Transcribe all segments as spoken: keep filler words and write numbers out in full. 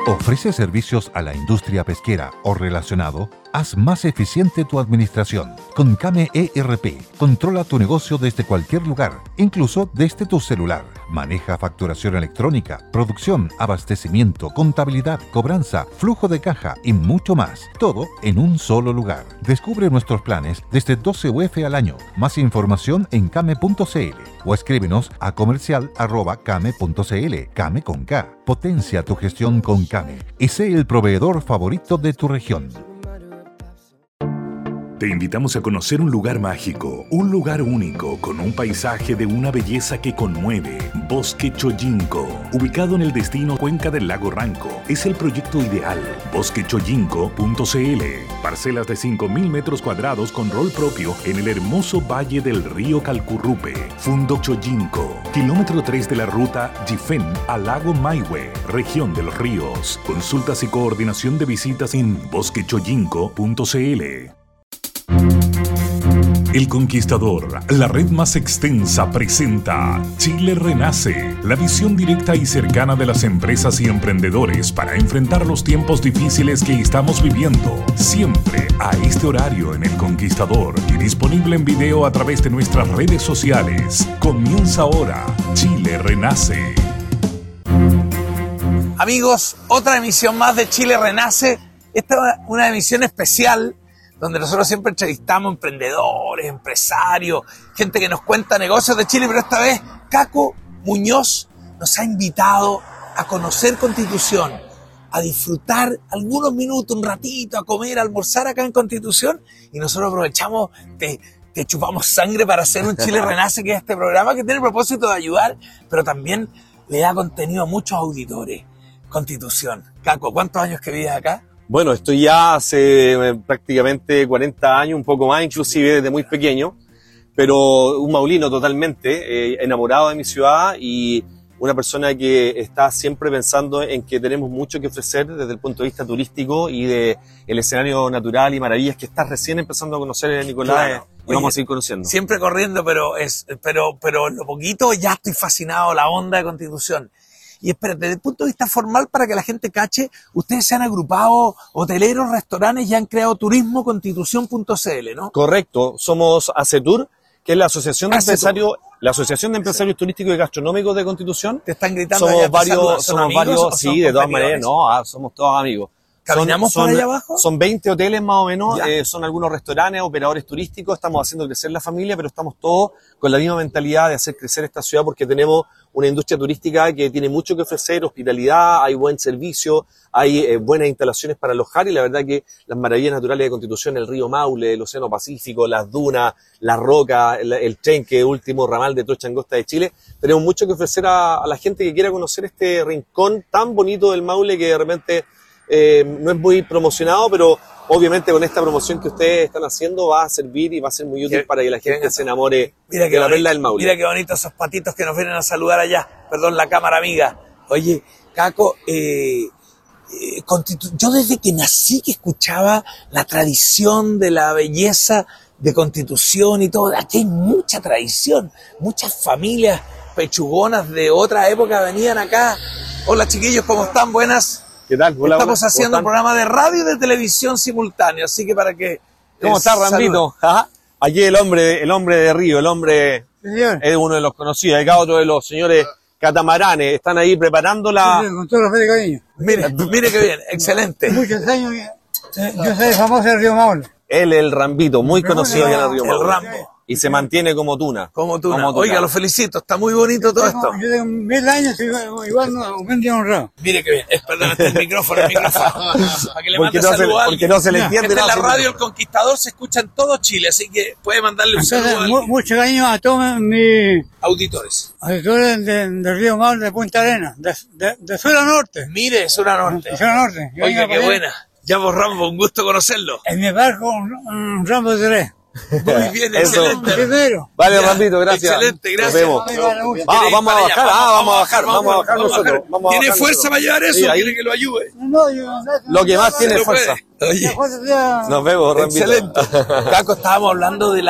¿Ofrece servicios a la industria pesquera o relacionado? Haz más eficiente tu administración. Con Kame E R P, controla tu negocio desde cualquier lugar, incluso desde tu celular. Maneja facturación electrónica, producción, abastecimiento, contabilidad, cobranza, flujo de caja y mucho más. Todo en un solo lugar. Descubre nuestros planes desde doce U F al año. Más información en kame punto c l o escríbenos a comercial arroba kame punto c l. Kame con K. Potencia tu gestión con Kame y sé el proveedor favorito de tu región. Te invitamos a conocer un lugar mágico, un lugar único, con un paisaje de una belleza que conmueve. Bosque Chojinco, ubicado en el destino Cuenca del Lago Ranco, es el proyecto ideal. bosque chojinco punto c l. Parcelas de cinco mil metros cuadrados con rol propio en el hermoso valle del río Calcurrupe. Fundo Chojinco, kilómetro tres de la ruta Jifén al lago Maihue, región de los ríos. Consultas y coordinación de visitas en bosque chojinco punto c l. El Conquistador, la red más extensa, presenta Chile Renace, la visión directa y cercana de las empresas y emprendedores para enfrentar los tiempos difíciles que estamos viviendo. Siempre a este horario en El Conquistador y disponible en video a través de nuestras redes sociales. Comienza ahora Chile Renace. Amigos, otra emisión más de Chile Renace. Esta es una emisión especial donde nosotros siempre entrevistamos emprendedores, empresarios, gente que nos cuenta negocios de Chile, pero esta vez Caco Muñoz nos ha invitado a conocer Constitución, a disfrutar algunos minutos, un ratito, a comer, a almorzar acá en Constitución, y nosotros aprovechamos, te, te chupamos sangre para hacer un Chile Renace, que es este programa que tiene el propósito de ayudar, pero también le da contenido a muchos auditores. Constitución. Caco, ¿cuántos años que vives acá? Bueno, estoy ya hace prácticamente cuarenta años, un poco más, inclusive desde muy pequeño, pero un maulino totalmente, eh, enamorado de mi ciudad y una persona que está siempre pensando en que tenemos mucho que ofrecer desde el punto de vista turístico y de el escenario natural y maravillas que estás recién empezando a conocer, Nicolás, claro. Y Oye, vamos a seguir conociendo. Siempre corriendo, pero es, pero, pero en lo poquito ya estoy fascinado, la onda de Constitución. Y espérate, desde el punto de vista formal, para que la gente cache, ustedes se han agrupado hoteleros, restaurantes y han creado turismo constitución punto c l, ¿no? Correcto, somos ACETUR, que es la Asociación de Empresarios, la Asociación de Empresarios Turísticos y Gastronómicos de Constitución. Te están gritando somos allá, varios, saludan, somos amigos, varios, sí, de todas maneras, no, ah, somos todos amigos. ¿Caminamos son, por son, allá abajo? Son veinte hoteles más o menos, eh, son algunos restaurantes, operadores turísticos, estamos haciendo crecer la familia, pero estamos todos con la misma mentalidad de hacer crecer esta ciudad porque tenemos una industria turística que tiene mucho que ofrecer, hospitalidad, hay buen servicio, hay eh, buenas instalaciones para alojar y la verdad que las maravillas naturales de Constitución, el río Maule, el Océano Pacífico, las dunas, las rocas, el, el Trenque, último ramal de Trocha Angosta de Chile, tenemos mucho que ofrecer a, a la gente que quiera conocer este rincón tan bonito del Maule que de repente eh, no es muy promocionado, pero obviamente con esta promoción que ustedes están haciendo va a servir y va a ser muy útil para que la gente se enamore mira de la bonito, perla del Maule. Mira qué bonitos esos patitos que nos vienen a saludar allá. Perdón, la cámara amiga. Oye, Caco, eh, eh, Constitu- yo desde que nací que escuchaba la tradición de la belleza de Constitución y todo. Aquí hay mucha tradición, muchas familias pechugonas de otra época venían acá. Hola chiquillos, ¿cómo están? Buenas. ¿Qué tal? Hola, Estamos hola. haciendo un programa de radio y de televisión simultáneo, así que para que... ¿Cómo está, Rambito? Ajá. Aquí el hombre, el hombre de Río, el hombre Señor. Es uno de los conocidos. Acá otro de los señores catamaranes. Están ahí preparando la... Con todo respeto y cariño. Mire, mire qué bien, excelente. Muchos años que yo soy famoso en Río Maule. Él, el Rambito, muy conocido allá en el Río El Maule. Rambo. Y se mantiene como tuna. Como tú. Como Oiga, tuna. lo felicito, está muy bonito todo esto. Yo tengo mil años y igual, igual no, un día honrado. Mire qué bien. Es, perdón, este es el micrófono, el micrófono. Para que le Porque mande no, se, saludo a porque alguien. no se le entiende Esta es la nada. radio El Conquistador, se escucha en todo Chile, así que puede mandarle un Entonces, saludo a mu- alguien. mucho cariño a todos mis Auditores. auditores de, de Río Maule, de Punta Arenas, de, de, de sur a norte. Mire, es una norte. De sur a norte. Yo Oiga, vengo qué para allá. buena. Ya vos, Rambo, un gusto conocerlo. En mi barco, un, un Rambo de tres. Muy bien, Eso. excelente. Primero. Vale, Ya, Rambito, gracias. excelente, gracias. Nos vemos. Ay, vale, mucho. Ah, ¿Quiere ir vamos a para bajar, allá? ah, vamos a bajar, vamos a bajar vamos a nosotros. Vamos a ¿Tiene bajar fuerza nosotros. para llevar eso? Sí, ahí. ¿Quiere que lo ayude? No, yo, Lo que más tiene ¿Se lo puede? fuerza. Oye, Fuerza sea- Nos vemos, Rambito. excelente. Caco, estábamos hablando de la,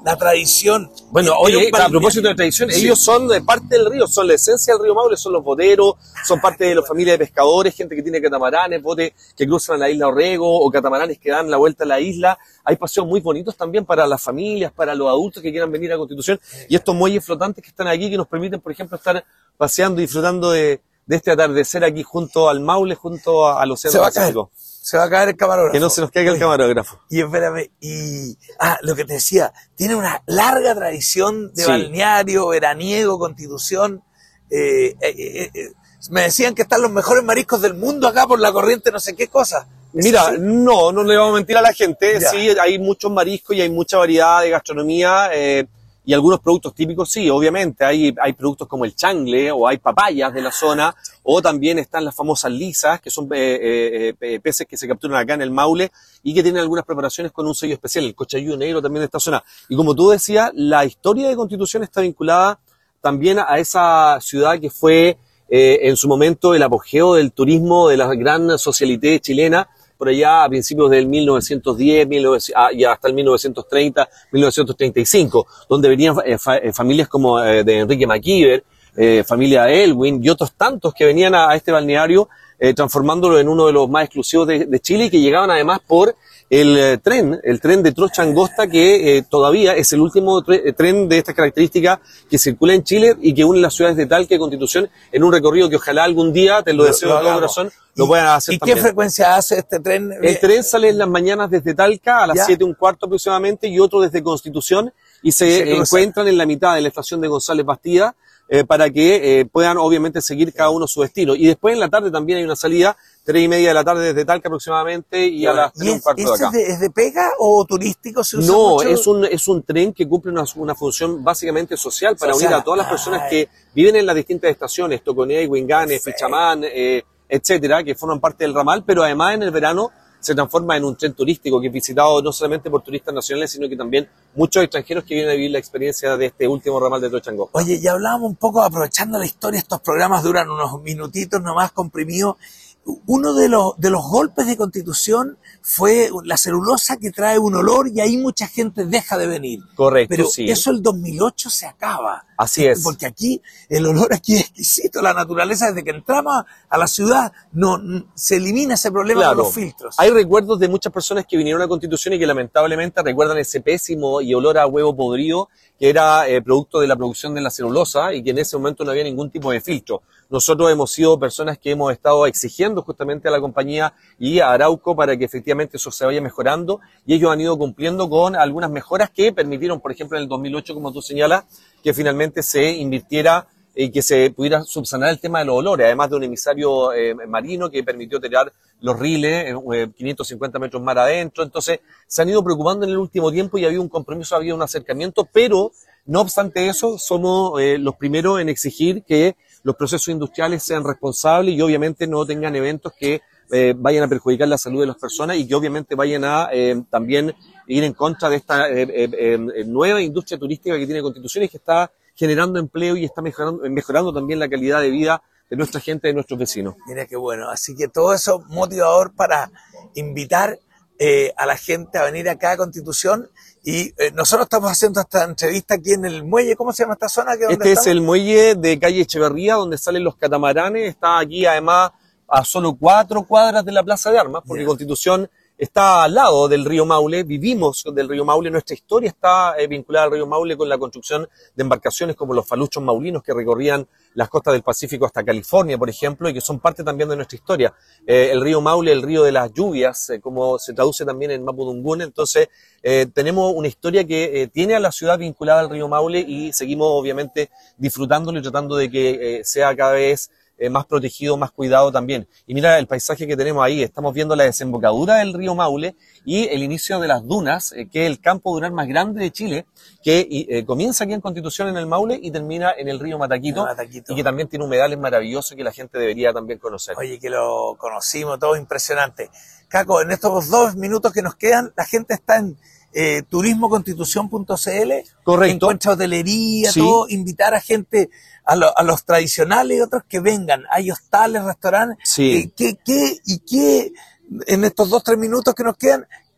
la tradición. Bueno, Era oye, un a balneario. propósito de tradición, Sí. ellos son de parte del río, son la esencia del río Maule, son los boteros, son parte de la familia de pescadores, gente que tiene catamaranes, botes que cruzan la isla Orrego o catamaranes que dan la vuelta a la isla. Hay paseos muy bonitos también para las familias, para los adultos que quieran venir a Constitución, y estos muelles flotantes que están aquí que nos permiten, por ejemplo, estar paseando y disfrutando de, de este atardecer aquí junto al Maule, junto a- al Se Océano va a caer, Pacífico. se va a caer el camarógrafo. Que no se nos caiga el Oye, camarógrafo. Y espérame, y ah, lo que te decía, tiene una larga tradición de Sí. balneario, veraniego, Constitución. Eh, eh, eh, eh, me decían que están los mejores mariscos del mundo acá por la corriente, no sé qué cosa. ¿Es Mira, así? no, no le vamos a mentir a la gente. Ya. Sí, hay muchos mariscos y hay mucha variedad de gastronomía eh, y algunos productos típicos, sí, obviamente. Hay, hay productos como el changle o hay papayas de la zona o también están las famosas lisas, que son eh, eh, eh, peces que se capturan acá en el Maule y que tienen algunas preparaciones con un sello especial, el cochayuyo negro también de esta zona. Y como tú decías, la historia de Constitución está vinculada también a esa ciudad que fue eh, en su momento el apogeo del turismo de la gran socialité chilena, por allá a principios del mil novecientos diez mil novecientos, ah, y hasta el mil novecientos treinta, mil novecientos treinta y cinco, donde venían eh, fa- eh, familias como eh, de Enrique MacIver, eh, familia Elwin y otros tantos que venían a, a este balneario eh, transformándolo en uno de los más exclusivos de, de Chile y que llegaban además por el eh, tren, el tren de Trocha Angosta, que eh, todavía es el último tre- tren de estas características que circula en Chile y que une las ciudades de Talca y Constitución en un recorrido que ojalá algún día, te lo, Lo- deseo lo de todo hagamos. corazón, lo ¿Y- puedan hacer ¿Y también. qué frecuencia hace este tren? El tren sale en las mañanas desde Talca a las Ya. siete un cuarto aproximadamente y otro desde Constitución y se, Se cruzan. encuentran en la mitad de la estación de González Bastida eh, para que eh, puedan obviamente seguir cada uno su destino. Y después en la tarde también hay una salida, tres y media de la tarde desde Talca aproximadamente y a las ¿Y tres un es, cuarto de ese acá. es de, es de pega o turístico? ¿Se usa No, mucho? es un, es un tren que cumple una, una función básicamente social para Social. unir a todas las personas Ay. que viven en las distintas estaciones, Toconey, Huingane, Perfecto. Fichamán, eh, etcétera, que forman parte del ramal, pero además en el verano se transforma en un tren turístico que es visitado no solamente por turistas nacionales, sino que también muchos extranjeros que vienen a vivir la experiencia de este último ramal de Trocha Angosta. Oye, ya hablábamos un poco, aprovechando la historia, estos programas duran unos minutitos nomás comprimidos. Uno de los, de los golpes de Constitución fue la celulosa que trae un olor y ahí mucha gente deja de venir. Correcto, Pero sí. eso el dos mil ocho se acaba. Así es. Porque aquí, el olor aquí es exquisito. La naturaleza, desde que entramos a la ciudad, no, n- se elimina ese problema Claro. con los filtros. Hay recuerdos de muchas personas que vinieron a Constitución y que lamentablemente recuerdan ese pésimo y olor a huevo podrido que era eh, producto de la producción de la celulosa y que en ese momento no había ningún tipo de filtro. Nosotros hemos sido personas que hemos estado exigiendo justamente a la compañía y a Arauco para que efectivamente eso se vaya mejorando y ellos han ido cumpliendo con algunas mejoras que permitieron, por ejemplo, en el dos mil ocho, como tú señalas, que finalmente se invirtiera y que se pudiera subsanar el tema de los olores, además de un emisario eh, marino que permitió tirar los riles eh, quinientos cincuenta metros mar adentro. Entonces se han ido preocupando en el último tiempo y ha habido un compromiso, ha habido un acercamiento, pero no obstante eso somos eh, los primeros en exigir que los procesos industriales sean responsables y obviamente no tengan eventos que eh, vayan a perjudicar la salud de las personas y que obviamente vayan a eh, también ir en contra de esta eh, eh, eh, nueva industria turística que tiene Constitución y que está generando empleo y está mejorando, mejorando también la calidad de vida de nuestra gente, de nuestros vecinos. Mira qué bueno. Así que todo eso motivador para invitar eh, a la gente a venir acá a Constitución. Y eh, nosotros estamos haciendo esta entrevista aquí en el muelle. ¿Cómo se llama esta zona? Que Este es el muelle de calle Echeverría, donde salen los catamaranes. Está aquí además a solo cuatro cuadras de la Plaza de Armas, porque Yeah. Constitución está al lado del río Maule, vivimos del río Maule, nuestra historia está eh, vinculada al río Maule con la construcción de embarcaciones como los faluchos maulinos que recorrían las costas del Pacífico hasta California, por ejemplo, y que son parte también de nuestra historia. Eh, el río Maule, el río de las lluvias, eh, como se traduce también en Mapudungún, entonces eh, tenemos una historia que eh, tiene a la ciudad vinculada al río Maule y seguimos obviamente disfrutándolo y tratando de que eh, sea cada vez Eh, más protegido, más cuidado también. Y mira el paisaje que tenemos ahí, estamos viendo la desembocadura del río Maule y el inicio de las dunas, eh, que es el campo dunar más grande de Chile, que eh, comienza aquí en Constitución en el Maule y termina en el río Mataquito, El Mataquito. y que también tiene humedales maravillosos que la gente debería también conocer. Oye, que lo conocimos, todo impresionante. Caco, en estos dos minutos que nos quedan, la gente está en eh, turismo constitución punto c l. Correcto. Encuentra hotelería, Sí. todo, invitar a gente, a, lo- a los tradicionales y otros que vengan. Hay hostales, restaurantes. Sí. Eh, ¿qué, qué, ¿Y qué, en estos dos, tres minutos que nos quedan,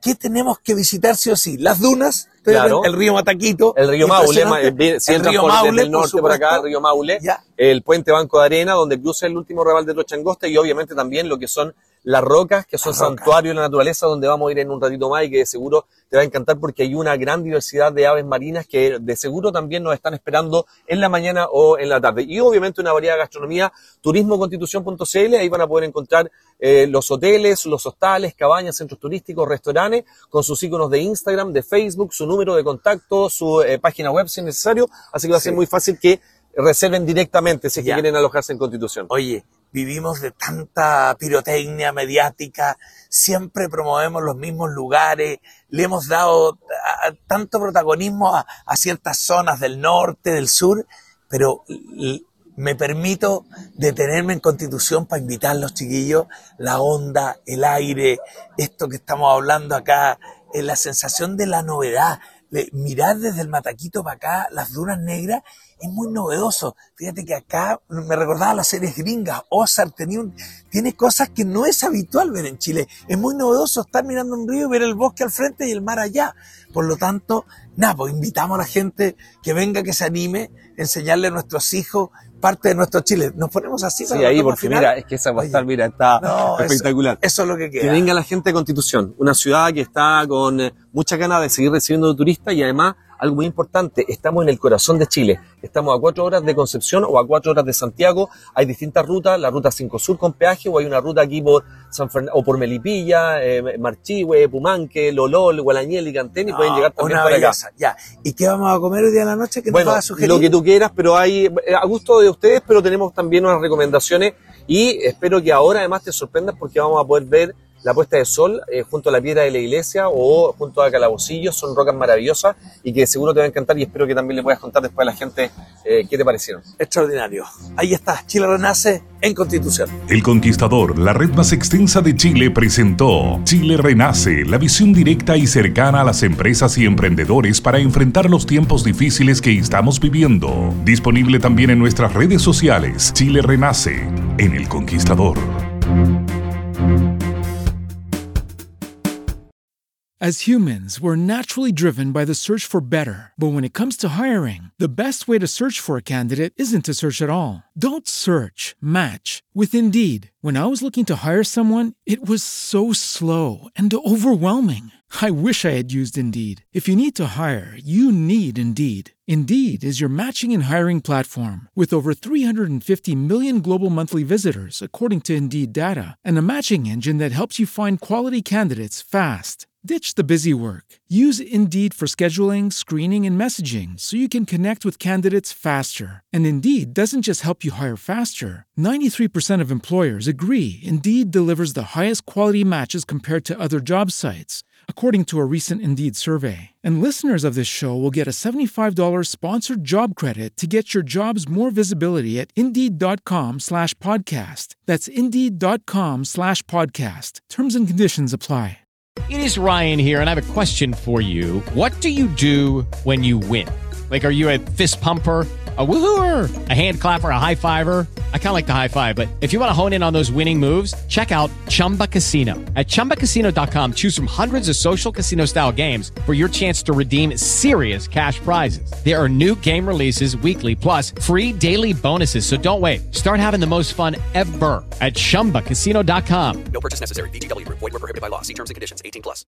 ¿qué tenemos que visitar sí o sí? Las dunas, claro. el río Mataquito. El río Maule, si el río por, Maule, desde el norte por, por acá, el río Maule, ya. El puente Banco de Arena, donde cruza el último ramal de Trocha Angosta, y obviamente también lo que son las rocas, que son santuarios de la naturaleza, donde vamos a ir en un ratito más y que de seguro te va a encantar porque hay una gran diversidad de aves marinas que de seguro también nos están esperando en la mañana o en la tarde. Y obviamente una variedad de gastronomía, turismo constitución punto c l, ahí van a poder encontrar eh, los hoteles, los hostales, cabañas, centros turísticos, restaurantes, con sus iconos de Instagram, de Facebook, su número de contacto, su eh, página web si es necesario, así que va a ser sí. muy fácil que reserven directamente si es que quieren alojarse en Constitución. Oye, vivimos de tanta pirotecnia mediática, siempre promovemos los mismos lugares, le hemos dado a, a, tanto protagonismo a, a ciertas zonas del norte, del sur, pero l- me permito detenerme en Constitución para invitar a los chiquillos, la onda, el aire, esto que estamos hablando acá, eh, la sensación de la novedad. Le, mirar desde el Mataquito para acá, las dunas negras, es muy novedoso. Fíjate que acá me recordaba las series gringas. Ozark tenía un, tiene cosas que no es habitual ver en Chile. Es muy novedoso estar mirando un río y ver el bosque al frente y el mar allá. Por lo tanto, nada, pues invitamos a la gente que venga, que se anime, enseñarle a nuestros hijos parte de nuestro Chile. Nos ponemos así para sí, ahí porque final. Mira, es que esa va a estar, mira, está no, espectacular. Eso, eso es lo que queda. Que venga la gente de Constitución, una ciudad que está con eh, muchas ganas de seguir recibiendo turistas y además, algo muy importante, estamos en el corazón de Chile. Estamos a cuatro horas de Concepción o a cuatro horas de Santiago. Hay distintas rutas, la ruta cinco Sur con peaje, o hay una ruta aquí por San Fernando, o por Melipilla, eh, Marchihue, Pumanque, Lolol, Gualañel y Cantén, y no, pueden llegar también por acá. Ya. ¿Y qué vamos a comer hoy día en la noche? ¿Qué bueno, nos vas a sugerir? Lo que tú quieras, pero hay a gusto de ustedes, pero tenemos también unas recomendaciones y espero que ahora además te sorprendas porque vamos a poder ver la puesta de sol eh, junto a la piedra de la iglesia o junto a Calabocillos. Son rocas maravillosas y que seguro te va a encantar y espero que también le puedas contar después a la gente eh, qué te parecieron. Extraordinario. Ahí está, Chile Renace en Constitución. El Conquistador, la red más extensa de Chile, presentó Chile Renace, la visión directa y cercana a las empresas y emprendedores para enfrentar los tiempos difíciles que estamos viviendo. Disponible también en nuestras redes sociales. Chile Renace en El Conquistador. As humans, we're naturally driven by the search for better. But when it comes to hiring, the best way to search for a candidate isn't to search at all. Don't search, match with Indeed. When I was looking to hire someone, it was so slow and overwhelming. I wish I had used Indeed. If you need to hire, you need Indeed. Indeed is your matching and hiring platform with over three hundred fifty million global monthly visitors, according to Indeed data, and a matching engine that helps you find quality candidates fast. Ditch the busy work. Use Indeed for scheduling, screening, and messaging so you can connect with candidates faster. And Indeed doesn't just help you hire faster. ninety-three percent of employers agree Indeed delivers the highest quality matches compared to other job sites, according to a recent Indeed survey. And listeners of this show will get a seventy-five dollars sponsored job credit to get your jobs more visibility at Indeed.com slash podcast. That's Indeed.com slash podcast. Terms and conditions apply. It is Ryan here, and I have a question for you. What do you do when you win? Like, are you a fist pumper, a woo-hooer, a hand clapper, a high-fiver? I kind of like the high-five, but if you want to hone in on those winning moves, check out Chumba Casino. At Chumba Casino dot com, choose from hundreds of social casino-style games for your chance to redeem serious cash prizes. There are new game releases weekly, plus free daily bonuses, so don't wait. Start having the most fun ever at Chumba Casino dot com. No purchase necessary. V G W. Void where prohibited by law. See terms and conditions. eighteen plus.